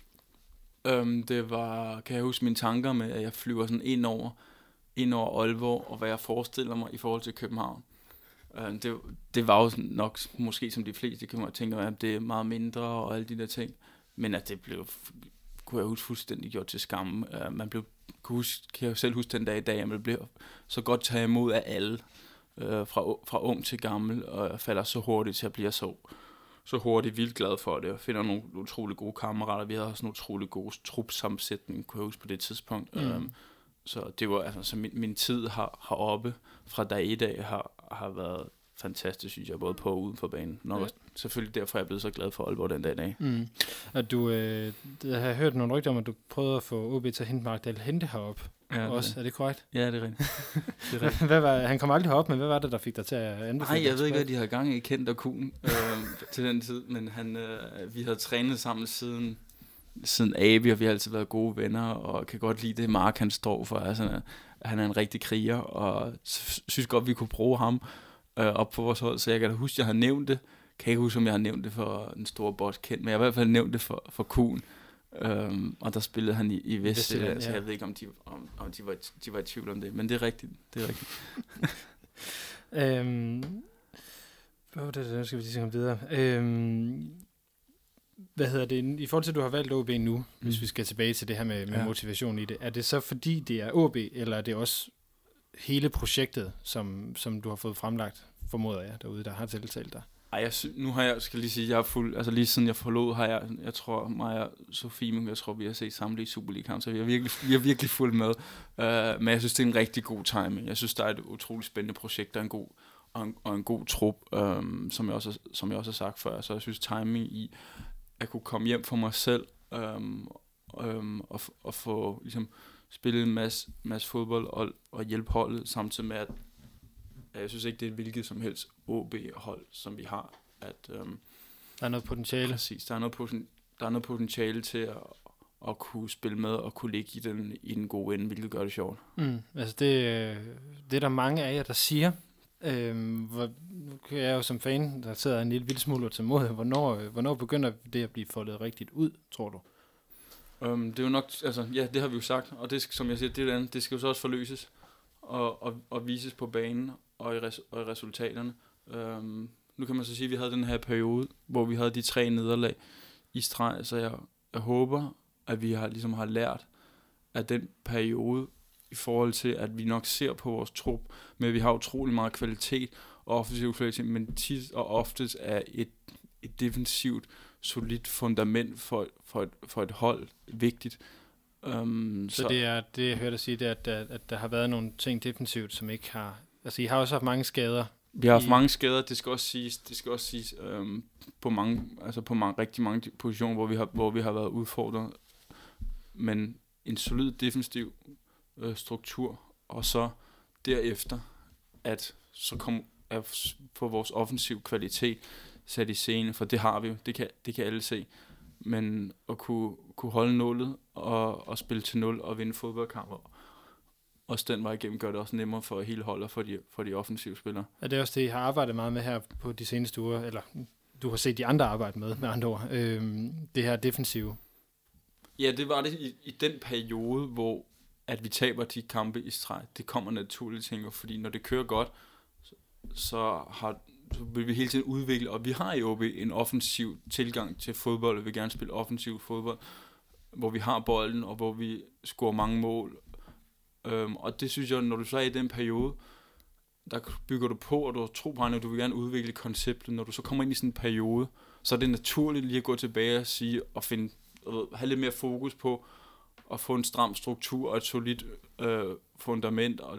Um, det var, kan jeg huske mine tanker med, at jeg flyver sådan ind over, ind over Aalborg, og hvad jeg forestiller mig i forhold til København. Um, det, det var jo sådan nok, måske som de fleste kan man tænke, at det er meget mindre og alle de der ting. Men at det blev, kunne jeg huske, fuldstændig gjort til skamme. Uh, man blev, kunne, huske, kan jeg selv huske den dag i dag, at man blev så godt taget imod af alle, uh, fra, fra ung til gammel, og falder så hurtigt til at blive så så hurtigt vildt glad for det, og finder nogle utrolig gode kammerater. Vi havde også en utrolig god trupsammensætning, kunne jeg huske på det tidspunkt. Mm. Um, så det var altså, så min, min tid her, heroppe fra dag i dag har, har været fantastisk, synes jeg, både på og uden for banen. Nok også, selvfølgelig derfor er jeg blevet så glad for Aalborg den dag i dag. Mm. Og du, øh, jeg har hørt nogle rygter om, at du prøvede at få O B til at hente Markdal Hente herop. Ja, også. det. Er det korrekt? Ja, det er rigtigt. Det er rigtigt. hvad var, han kom aldrig herop, men hvad var det, der fik dig til at anbefale? Nej, jeg ved ikke, hvad de har gang i Kent og Kuhn øh, til den tid, men han, øh, vi har trænet sammen siden, siden A B I, og vi har altid været gode venner, og kan godt lide det, Mark han står for. Altså, han er en rigtig kriger, og synes godt, vi kunne bruge ham øh, op på vores hold, så jeg kan da huske, at jeg har nævnt det. Kan ikke huske, om jeg har nævnt det for en stor boss Kent, men jeg har i hvert fald nævnt det for, for Kuhn. Um, og der spillede han i, i Vestjylland, ja. Så jeg ved ikke, om, de, om, om de, var, de var i tvivl om det, men det er rigtigt. Det er rigtigt. øhm, hvad var det, der skal vi lige komme videre? Øhm, hvad hedder det? I forhold til, at du har valgt O B nu, mm. hvis vi skal tilbage til det her med, med ja. motivation i det, er det så fordi, det er O B, eller er det også hele projektet, som, som du har fået fremlagt, formoder jeg, derude, der har tiltalt dig? Ej, jeg sy- nu har jeg, skal lige sige, jeg er fuld, altså lige siden jeg forlod, har jeg, jeg tror, mig og Sofie, jeg tror, vi har set samtlige Superliga-kampe, så vi har virkelig, vi har virkelig fuldt med. Uh, men jeg synes, det er en rigtig god timing. Jeg synes, der er et utroligt spændende projekt, der er en god, og en, og en god trup, um, som, jeg også, som jeg også har sagt før. Så jeg synes, timing i at kunne komme hjem for mig selv, um, um, og, og få ligesom, spillet en masse, masse fodbold og, og hjælpe holdet, samtidig med, at jeg synes ikke, det er et hvilket som helst O B-hold, som vi har. At, øhm, der er noget potentiale. Præcis, der er noget, poten, der er noget potentiale til at, at kunne spille med og kunne ligge i den, i den gode ende, hvilket gør det sjovt. Mm, altså det, det er der mange af jer, der siger. Øhm, hvor, nu kan jeg jo som fan, der sidder en lille vildt smule til mod, hvornår, hvornår begynder det at blive foldet rigtigt ud, tror du? Um, det er jo nok, altså ja, det har vi jo sagt, og det, som jeg siger, det, er, det skal jo så også forløses og, og, og vises på banen og i, res, og i resultaterne. Um, nu kan man så sige, at vi havde den her periode, hvor vi havde de tre nederlag i streg, så jeg, jeg håber, at vi har, ligesom har lært af den periode, i forhold til, at vi nok ser på vores trup, men at vi har utrolig meget kvalitet og offensiv kvalitet, men tit og oftest er et, et defensivt, solidt fundament for, for, et, for et hold vigtigt. Um, så, så det er det, jeg hørte dig sige, det er, at, der, at der har været nogle ting defensivt, som ikke har... Altså, I har også haft mange skader. Vi har haft i... mange skader, det skal også siges, det skal også siges um, på mange, altså på mange, rigtig mange positioner, hvor vi har, hvor vi har været udfordret. Men en solid defensiv øh, struktur, og så derefter, at så kom at få vores offensiv kvalitet sat i scene, for det har vi jo, det kan, det kan alle se. Men at kunne, kunne holde nullet og, og spille til nul og vinde fodboldkamper, også den vej igennem, gør det også nemmere for hele holdet og for de, for de offensive spillere. Er det også det, I har arbejdet meget med her på de seneste uger, eller du har set de andre arbejde med, med andre ord, øhm, det her defensive? Ja, det var det i, i den periode, hvor at vi taber de kampe i streg. Det kommer naturligt, tænker, fordi når det kører godt, så, så, har, så vil vi hele tiden udvikle, og vi har jo en offensiv tilgang til fodbold, og vi vil gerne spille offensiv fodbold, hvor vi har bolden, og hvor vi scorer mange mål. Øhm, og det synes jeg, når du så er i den periode, der bygger du på, og du har tro på, at du vil gerne udvikle konceptet. Når du så kommer ind i sådan en periode, så er det naturligt lige at gå tilbage og sige, og finde, have lidt mere fokus på, at få en stram struktur og et solidt øh, fundament, og,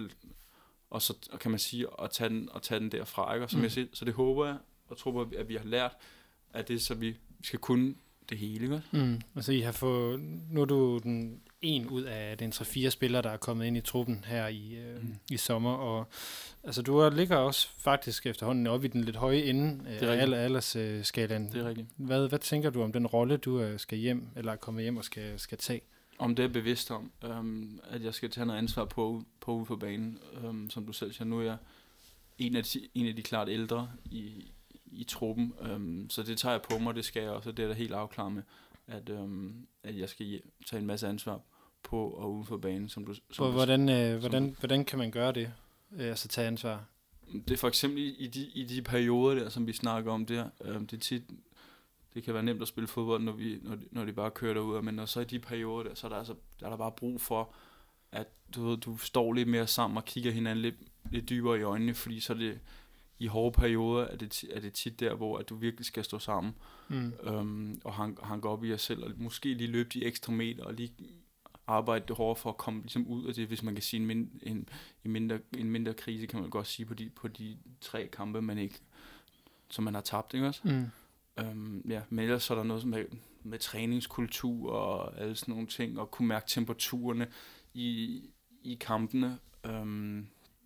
og så kan man sige, at tage den, at tage den derfra. Ikke? Som mm. jeg siger, så det håber jeg, og tror at vi har lært, at det så vi skal kunne det hele. Ikke? Mm. Altså I har fået, nu er du den en ud af den tre fire spillere, der er kommet ind i truppen her i, øh, mm. i sommer, og altså du ligger også faktisk efterhånden oppe i den lidt høje ende af alle aldersskalaen. Det er rigtigt. Hvad, hvad tænker du om den rolle, du skal hjem, eller er kommet hjem og skal, skal tage? Om det er bevidst om, øhm, at jeg skal tage noget ansvar på, på ude på banen, øhm, som du selv siger. Nu er jeg en af de, en af de klart ældre i, i truppen, øhm, så det tager jeg på mig, det skal jeg også, og det er da helt afklaret med, at, øhm, at jeg skal tage en masse ansvar på og ude på banen. Som du, som du, hvordan, øh, hvordan, du, hvordan kan man gøre det, øh, altså tage ansvar? Det er for eksempel i de, i de perioder der, som vi snakker om der, øhm, det er tit... Det kan være nemt at spille fodbold, når, vi, når, de, når de bare kører derud, men når så i de perioder, der, så er der, altså, der er der bare brug for, at du, ved, du står lidt mere sammen og kigger hinanden lidt, lidt dybere i øjnene, fordi så er det i hårde perioder, er det, er det tit der, hvor at du virkelig skal stå sammen, mm. øhm, og hanke, hanke op i jer selv, og måske lige løbe de ekstra meter, og lige arbejde det hårdt for at komme ligesom ud af det, hvis man kan sige en, min, en, en, mindre, en mindre krise, kan man godt sige på de, på de tre kampe, man ikke, som man har tabt, ikke også? Mm. Øhm, ja, men ellers så er der noget med, med træningskultur og alle sådan nogle ting, og kunne mærke temperaturerne i, i kampene, øhm,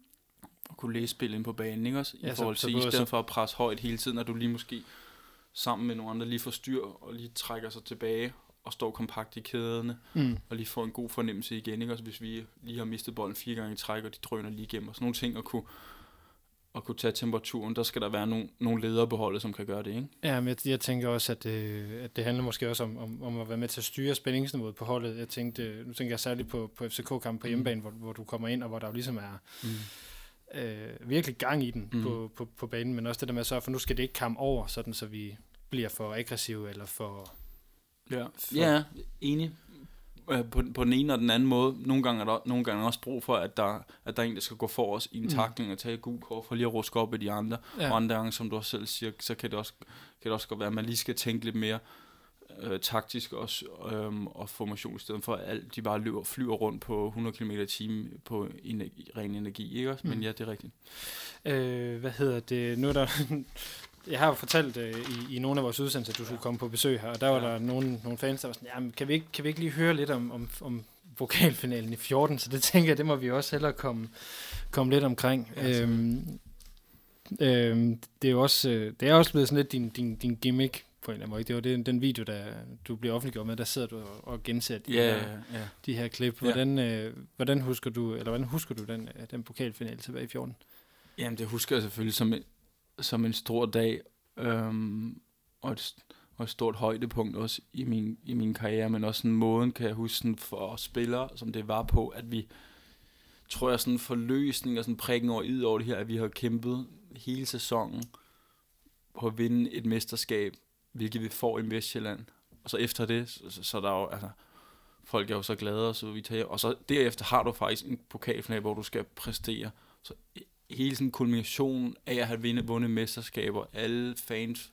og kunne læse spillet ind på banen, ikke også? I ja, forhold til, i stedet så... for at presse højt hele tiden, at du lige måske sammen med nogle andre lige får styr, og lige trækker sig tilbage, og står kompakt i kæderne, mm. og lige får en god fornemmelse igen, ikke? Også hvis vi lige har mistet bolden fire gange i træk, og de drøner lige igennem, og sådan nogle ting, at kunne, at kunne tage temperaturen, der skal der være nogle, nogle ledere på holdet, som kan gøre det, ikke? Ja, men jeg, jeg tænker også, at det, at det handler måske også om, om, om at være med til at styre spændingsniveauet på holdet. Jeg tænkte, nu tænker jeg særligt på, på F C K-kampen på hjemmebane, mm. hvor, hvor du kommer ind, og hvor der jo ligesom er mm. øh, virkelig gang i den mm. på, på, på banen, men også det der med at sørge for, nu skal det ikke komme over, sådan så vi bliver for aggressive, eller for... Ja, for ja enig. På, på den ene og den anden måde. Nogle gange er der nogle gange er også brug for, at der, at der er en, der skal gå for os i en takling mm. og tage et gult kort for lige at ruske op af de andre. Ja. Og andre gange, som du også selv siger, så kan det også, kan det også godt være, at man lige skal tænke lidt mere øh, taktisk også, øh, og formation i stedet for, at alt, de bare løber, flyver rundt på hundrede kilometer i timen på energi, ren energi, ikke også? Men mm. ja, det er rigtigt. Øh, hvad hedder det? Nu er der... Jeg har jo fortalt øh, i, i nogle af vores udsendelser, at du skulle komme på besøg her, og der var ja. der nogle, nogle fans, der var sådan, jamen, kan vi ikke, kan vi ikke lige høre lidt om, om, om pokalfinalen i fjorten, så det tænker jeg, det må vi også hellere komme, komme lidt omkring. Ja, øhm, øhm, det er jo også, det er også blevet sådan lidt din, din, din gimmick, på en eller anden måde. Det var det, den video, der du bliver offentliggjort med, der sidder du og, og genser de, ja, her, ja. de her klip. Hvordan, ja. øh, hvordan husker du, eller hvordan husker du den, den pokalfinale tilbage i fjorten? Jamen, det husker jeg selvfølgelig som som en stor dag, øhm, og, et, og et stort højdepunkt også i min, i min karriere, men også sådan måden, kan jeg huske sådan for spillere, som det var på, at vi, tror jeg, sådan en forløsning og sådan prikken over id over det her, at vi har kæmpet hele sæsonen på at vinde et mesterskab, hvilket vi får i Vestjylland. Og så efter det, så, så der jo, altså, folk er jo så glade, og så vi tager, og så derefter har du faktisk en pokalfinale, hvor du skal præstere. Så hele sådan en kulmination af at have vundet, vundet mesterskaber. Alle fans,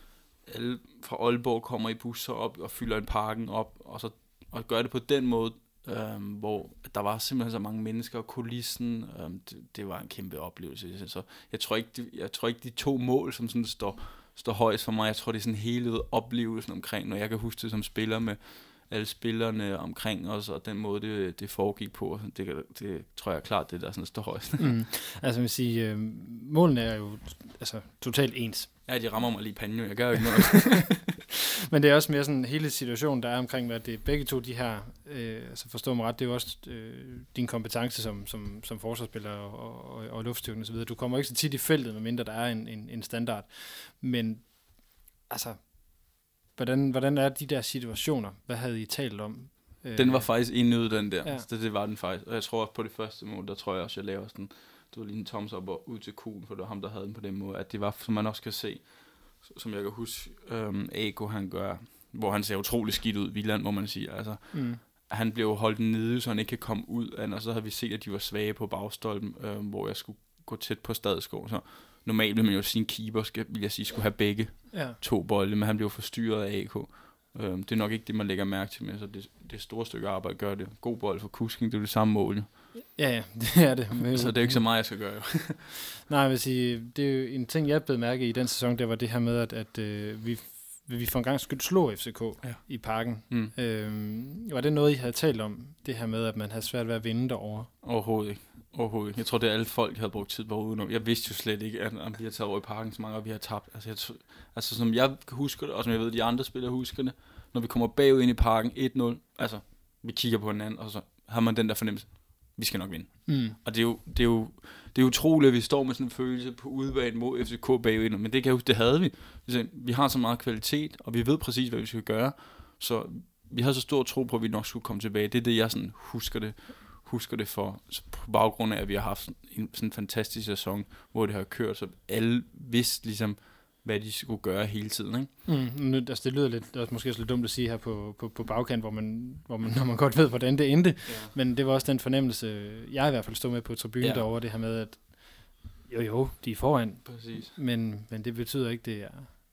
alle fra Aalborg kommer i busser op og fylder en parken op, og så og gør det på den måde, øhm, hvor der var simpelthen så mange mennesker, og kulissen, øhm, det, det var en kæmpe oplevelse. Så jeg tror ikke, de, jeg tror ikke de to mål, som sådan står, står højst for mig, jeg tror det er sådan hele oplevelsen omkring, når jeg kan huske det som spiller med alle spillerne omkring os, og den måde, det, det foregik på, det, det tror jeg er klart, det der sådan står højst. mm. Altså, man vil sige, øh, målene er jo altså, totalt ens. Ja, de rammer mig lige i panden, jeg gør jo ikke noget. Men det er også mere sådan hele situationen, der er omkring, hvad det er begge to de her, øh, altså forstår mig ret, det er jo også øh, din kompetence som, som, som forsvarsspiller og, og, og luftstyrken og så videre. Du kommer ikke så tit i feltet, medmindre der er en, en, en standard. Men altså, Hvordan, hvordan er de der situationer? Hvad havde I talt om? Den var faktisk indød, den der. Ja. Det, det var den faktisk. Og jeg tror også på det første mål, der tror jeg også, jeg laver sådan, det var lige en thumbs up og ud til kuglen, for det var ham, der havde den på den måde. At det var, som man også kan se, som jeg kan huske, øhm, Ago han gør, hvor han ser utrolig skidt ud, Wieland, må man sige. Altså, mm. Han blev holdt nede, så han ikke kan komme ud. Og så havde vi set, at de var svage på bagstolpen, øhm, hvor jeg skulle gå tæt på Stadskov. Så normalt vil man jo sige, en keeper skal, vil jeg sige, skulle have begge ja. to bolde, men han blev forstyrret af A K. Øhm, det er nok ikke det, man lægger mærke til med, så det, det store stykke arbejde gør det. God bold for Kusking, det er det samme mål. Ja, ja, det er det. Men, så det er ikke så meget, jeg skal gøre. Nej, jeg vil sige, det er jo en ting, jeg blev mærke i den sæson, det var det her med, at, at øh, vi, vi for en gang skulle slå F C K ja. i parken. Mm. Øhm, var det noget, I havde talt om, det her med, at man havde svært ved at vinde derovre? Overhovedet ikke. Overhovedet ikke. Jeg tror, det er alle folk, havde brugt tid på udenom. Jeg vidste jo slet ikke, at, at vi har taget over i parken så mange, og vi har tabt. Altså, jeg, altså, som jeg husker det, og som jeg ved, de andre spillere husker det, når vi kommer bagud ind i parken et nul, altså, vi kigger på hinanden, og så har man den der fornemmelse, vi skal nok vinde. Mm. Og det er jo, det er jo, det er utroligt, at vi står med sådan en følelse på udbanen mod F C K bagud, men det kan jeg huske, det havde vi. Vi har så meget kvalitet, og vi ved præcis, hvad vi skal gøre, så vi havde så stor tro på, at vi nok skulle komme tilbage. Det er det, jeg sådan husker det. husker det for, på baggrund af, at vi har haft en sådan en fantastisk sæson, hvor det har kørt, så alle vidste ligesom, hvad de skulle gøre hele tiden, ikke? Mm, altså det lyder lidt, det er måske også lidt dumt at sige her på, på, på bagkant, hvor man, hvor man, når man godt ved, hvordan det endte, ja. Men det var også den fornemmelse, jeg i hvert fald stod med på tribunen ja. derovre, det her med, at jo jo, de er foran, præcis. Men, men det betyder ikke, det er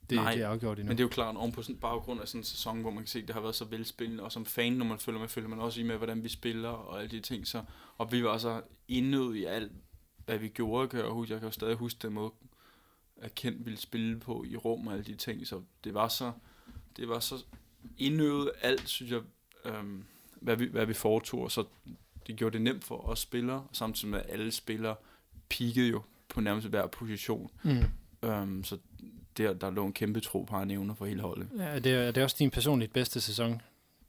det, Nej, det er afgjort endnu. Men det er jo klart, oven på sådan baggrund af sådan en sæson, hvor man kan se, at det har været så velspillende, og som fan, når man følger med, følger man også i med, hvordan vi spiller og alle de ting. Så, og vi var så indød i alt, hvad vi gjorde, kan jeg huske. Jeg kan jo stadig huske den måde, at Kent ville spille på i rum og alle de ting. Så det var så, det var så indøvet alt, synes jeg, øhm, hvad, vi, hvad vi foretog. Så det gjorde det nemt for os spillere, samtidig med at alle spillere peakede jo på nærmest hver position. Mm. Øhm, så der, der lå en kæmpe tro på at nævne for hele holdet. Ja, det er, det er også din personligt bedste sæson?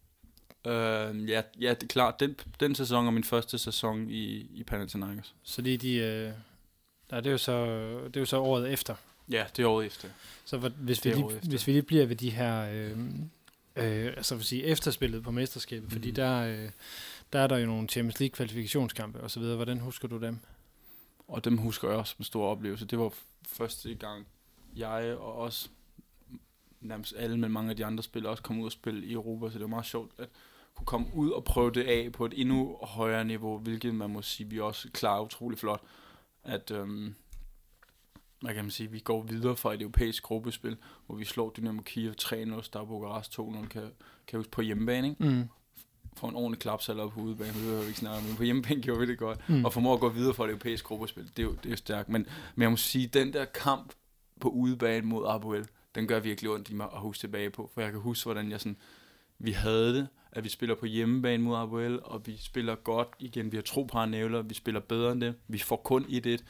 Øh, ja, ja, det er klart. Den, den sæson er min første sæson i, i Panathinaikos. Så det er de... Øh, nej, det er jo så, det er jo så året efter. Ja, det er året efter. Så for, hvis, vi lige, hvis vi lige bliver ved de her... Øh, øh, altså vil sige efterspillet på mesterskabet, mm-hmm. fordi der, øh, der er der jo nogle Champions League kvalifikationskampe og så videre. Hvordan husker du dem? Og dem husker jeg også som en stor oplevelse. Det var første gang, jeg og også nærmest alle, men mange af de andre spillere også kom ud og spille i Europa, så det var meget sjovt at kunne komme ud og prøve det af på et endnu højere niveau, hvilket man må sige, vi også klarer utrolig flot, at øhm, hvad kan man sige, vi går videre fra et europæisk gruppespil, hvor vi slår Dynamo Kiev tre nul, Steaua Bukarest to nul, kan, kan jeg huske på hjemmebane, ikke? Mm. For en ordentlig klapsalder op på udebane, det hører vi ikke snakke om, men på hjemmebane gjorde vi det godt, mm. og formår at gå videre fra et europæisk gruppespil, det er jo, det er jo stærkt, men, men jeg må sige, den der kamp på udebane mod Apoel, den gør virkelig ondt i mig at huske tilbage på, for jeg kan huske, hvordan jeg sådan, vi havde det, at vi spiller på hjemmebane mod Apoel, og vi spiller godt igen, vi har tro på Arnævler, vi spiller bedre end det, vi får kun et et,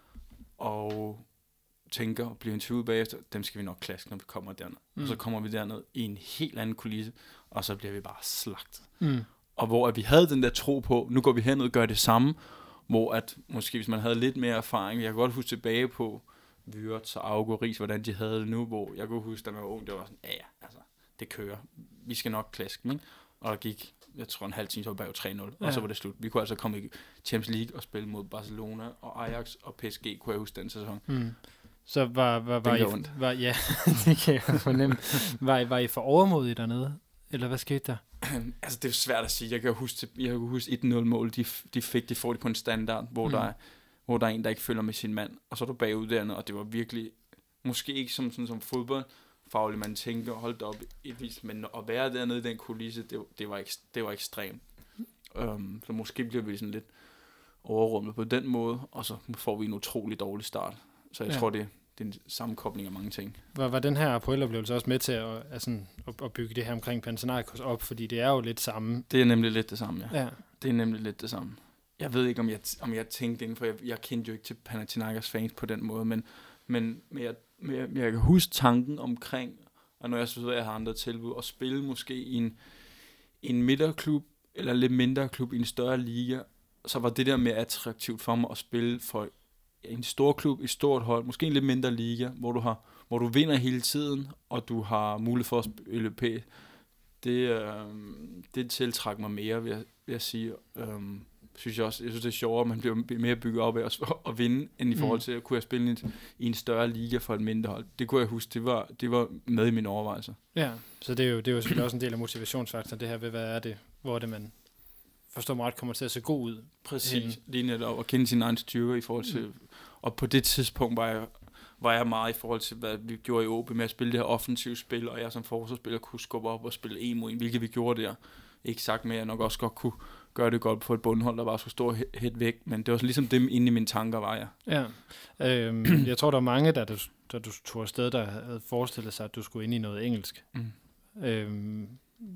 og tænker og bliver interviewet bagefter, dem skal vi nok klaske, når vi kommer derned. Mm. Og så kommer vi derned i en helt anden kulisse, og så bliver vi bare slagtet. Mm. Og hvor at vi havde den der tro på, nu går vi hen og gør det samme, hvor at måske hvis man havde lidt mere erfaring, jeg kan godt huske tilbage på Wirtz og Augo Ries, hvordan de havde det nu, hvor jeg kunne huske, da man var ung, det var sådan, ja ja, altså, det kører. Vi skal nok klaske, ikke? Og der gik, jeg tror en halv time, så var bag tre nul, ja. Og så var det slut. Vi kunne altså komme i Champions League og spille mod Barcelona og Ajax og P S G, kunne jeg huske den sæson. Mm. Så var, var, var, I, var ja, det kan jeg fornemme. Var, var I for overmodige dernede? Eller hvad skete der? Altså, det er svært at sige. Jeg kan huske, jeg kan huske et nul mål, de, de fik, de får de på en standard, hvor, mm. der er, hvor der er en, der ikke følger med sin mand. Og så er du bagud dernede, og det var virkelig, måske ikke som, sådan, som fodboldfaglig, man tænker, hold da op et vis, men at være dernede i den kulisse, det, det, var, det var ekstremt. Um, så måske bliver vi sådan lidt overrummet på den måde, og så får vi en utrolig dårlig start. Så jeg ja. tror, det, det er en sammenkobling af mange ting. Var, var den her Apoel-oplevelse også med til at, altså, at, at bygge det her omkring Panathinaikos op? Fordi det er jo lidt samme. Det er nemlig lidt det samme, ja. ja. Det er nemlig lidt det samme. Jeg ved ikke, om jeg, om jeg tænkte inden, for jeg, jeg kendte jo ikke til Panathinaikos fans på den måde, men, men, men, jeg, men, jeg, men jeg kan huske tanken omkring, og når jeg synes, at jeg har andre tilbud, at spille måske i en, en midterklub, eller lidt mindre klub i en større liga, så var det der mere attraktivt for mig at spille for en stor klub, et stort hold, måske en lidt mindre liga, hvor du har, hvor du vinder hele tiden, og du har mulighed for at spille P. Det, øh, det tiltrækker mig mere, vil jeg, vil jeg sige. Øhm, synes jeg også, jeg synes det er sjovere, at man bliver mere bygget op af at, at vinde, end i forhold til at kunne jeg spille i, i en større liga for et mindre hold. Det kunne jeg huske, det var, det var med i mine overvejelser. Ja, så det er jo, det er jo selvfølgelig også en del af motivationsfaktoren, det her ved, hvad er det, hvor er det man forstår mig ret, kommer til at se god ud. Præcis, lige netop at kende sine egne styrker i forhold til, mm. og på det tidspunkt var jeg, var jeg meget i forhold til, hvad vi gjorde i O B med at spille det her offensivt spil, og jeg som forsvarsspiller kunne skubbe op og spille en mod en, hvilket vi gjorde der. Ikke sagt med, at jeg nok også godt kunne gøre det godt på et bundhold, der bare skulle stå helt væk, men det var ligesom dem inde i mine tanker, var jeg. Ja, øhm, jeg tror, der var mange, der du, der du tog afsted, der havde forestillet sig, at du skulle ind i noget engelsk. Mm. Øhm,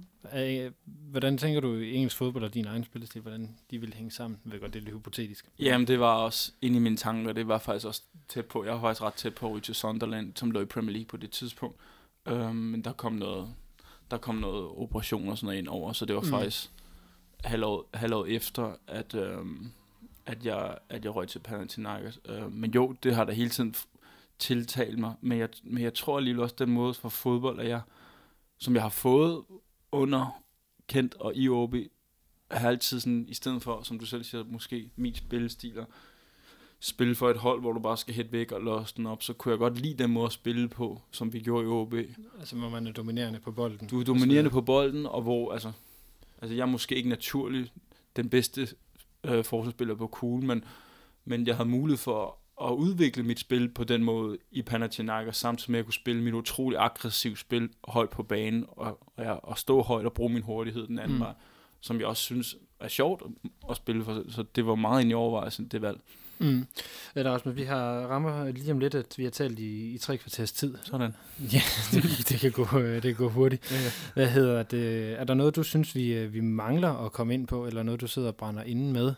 Hvordan tænker du i engelsk fodbold og din egen spillestil, hvordan de ville hænge sammen? Jeg ved godt, det er lidt hypotetisk. Jamen, det var også inde i mine tanker, det var faktisk også tæt på. Jeg var faktisk ret tæt på at ryge til Sunderland, som lå i Premier League på det tidspunkt. Øhm, men der kom noget, der kom noget operation og sådan noget ind over, så det var mm. faktisk halvår, halvår efter, at, øhm, at, jeg, at jeg røg til Panathinaikos. Øhm, men jo, det har da hele tiden tiltalt mig, men jeg, men jeg tror alligevel også, den måde for fodbold, at jeg, som jeg har fået under Kent og i O B, har altid sådan, i stedet for, som du selv siger, måske min spillestiler, spille for et hold, hvor du bare skal hætte væk og låse den op, så kunne jeg godt lide den måde at spille på, som vi gjorde i O B. Altså, hvor man er dominerende på bolden. Du er dominerende på bolden, og hvor, altså, altså jeg er måske ikke naturligt den bedste øh, forsvarsspiller på kugle, men, men jeg havde mulighed for at udvikle mit spil på den måde i Panathinaikos, samtidig med at kunne spille mit utrolig aggressivt spil højt på banen, og, ja, og stå højt og bruge min hurtighed den anden mm. vej, som jeg også synes er sjovt at spille for, så det var meget ind i overvejelsen, det valg. Mm. Ja, Rasmus, vi har rammer lige om lidt, at vi har talt i, i tre kvarters tid. Sådan. Ja, det, det, kan gå, det kan gå hurtigt. Ja, ja. Hvad hedder det? Er der noget, du synes, vi, vi mangler at komme ind på, eller noget, du sidder og brænder inde med?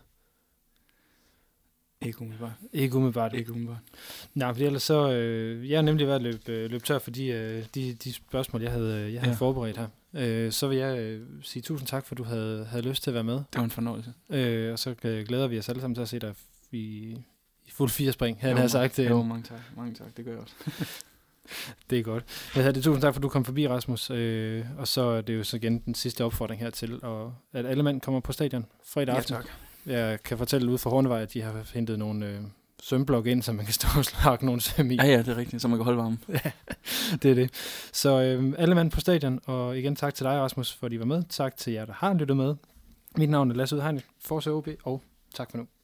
Ikke umiddelbart. Ikke umiddelbart. Ikke umiddelbart. Nej, for ellers så... Øh, jeg har nemlig været løb, øh, løb tør for de, øh, de, de spørgsmål, jeg havde, jeg havde ja. forberedt her. Øh, så vil jeg øh, sige tusind tak, for du havde, havde lyst til at være med. Det var en fornøjelse. Øh, og så øh, glæder vi os alle sammen til at se dig i, i fuld fire spring, havde jeg sagt. Øh. Jo, mange tak. Mange tak, det gør jeg også. Det er godt. Jeg havde det tusind tak, for du kom forbi, Rasmus. Øh, og så er det jo så igen den sidste opfordring her til, og at alle mænd kommer på stadion fredag aften. Ja, tak. Jeg kan fortælle ud fra Hornevej, at de har hentet nogle øh, sømblok ind, så man kan stå og slakke nogle søm i. Ja, ja, det er rigtigt, så man kan holde varmen. Ja, det er det. Så øh, alle mænd på stadion, og igen tak til dig, Rasmus, for at I var med. Tak til jer, der har lyttet med. Mit navn er Lasse Udhegnet, Forza O B, og tak for nu.